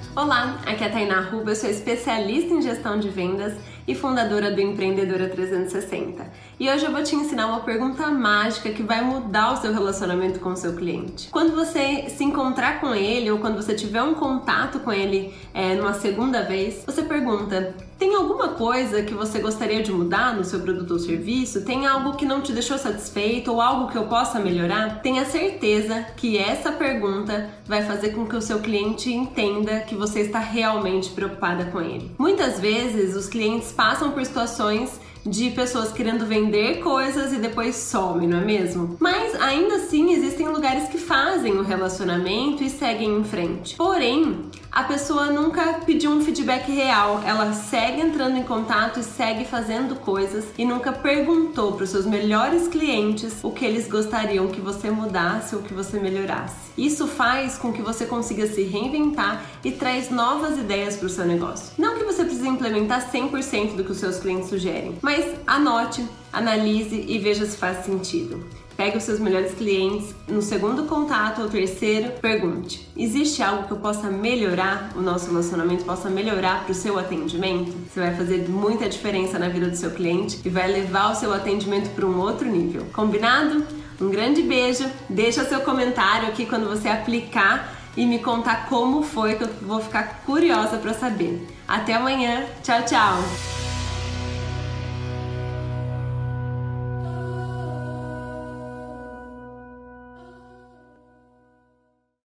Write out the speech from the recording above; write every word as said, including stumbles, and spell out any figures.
Olá, aqui é a Tainá Ruba, eu sou especialista em gestão de vendas e fundadora do Empreendedora trezentos e sessenta. E hoje eu vou te ensinar uma pergunta mágica que vai mudar o seu relacionamento com o seu cliente. Quando você se encontrar com ele ou quando você tiver um contato com ele é, numa segunda vez, você pergunta: tem alguma coisa que você gostaria de mudar no seu produto ou serviço? Tem algo que não te deixou satisfeito ou algo que eu possa melhorar? Tenha certeza que essa pergunta vai fazer com que o seu cliente entenda que você está realmente preocupada com ele. Muitas vezes os clientes passam por situações de pessoas querendo vender coisas e depois some, não é mesmo? Mas ainda assim existem lugares que fazem o relacionamento e seguem em frente. Porém, a pessoa nunca pediu um feedback real, ela segue entrando em contato e segue fazendo coisas e nunca perguntou para os seus melhores clientes o que eles gostariam que você mudasse ou que você melhorasse. Isso faz com que você consiga se reinventar e traz novas ideias para o seu negócio. Não que você precise implementar cem por cento do que os seus clientes sugerem, mas anote, analise e veja se faz sentido. Pegue os seus melhores clientes, no segundo contato ou terceiro, pergunte: existe algo que eu possa melhorar, o nosso relacionamento possa melhorar para o seu atendimento? Você vai fazer muita diferença na vida do seu cliente e vai levar o seu atendimento para um outro nível. Combinado? Um grande beijo, deixa seu comentário aqui quando você aplicar e me contar como foi, que eu vou ficar curiosa para saber. Até amanhã, tchau, tchau!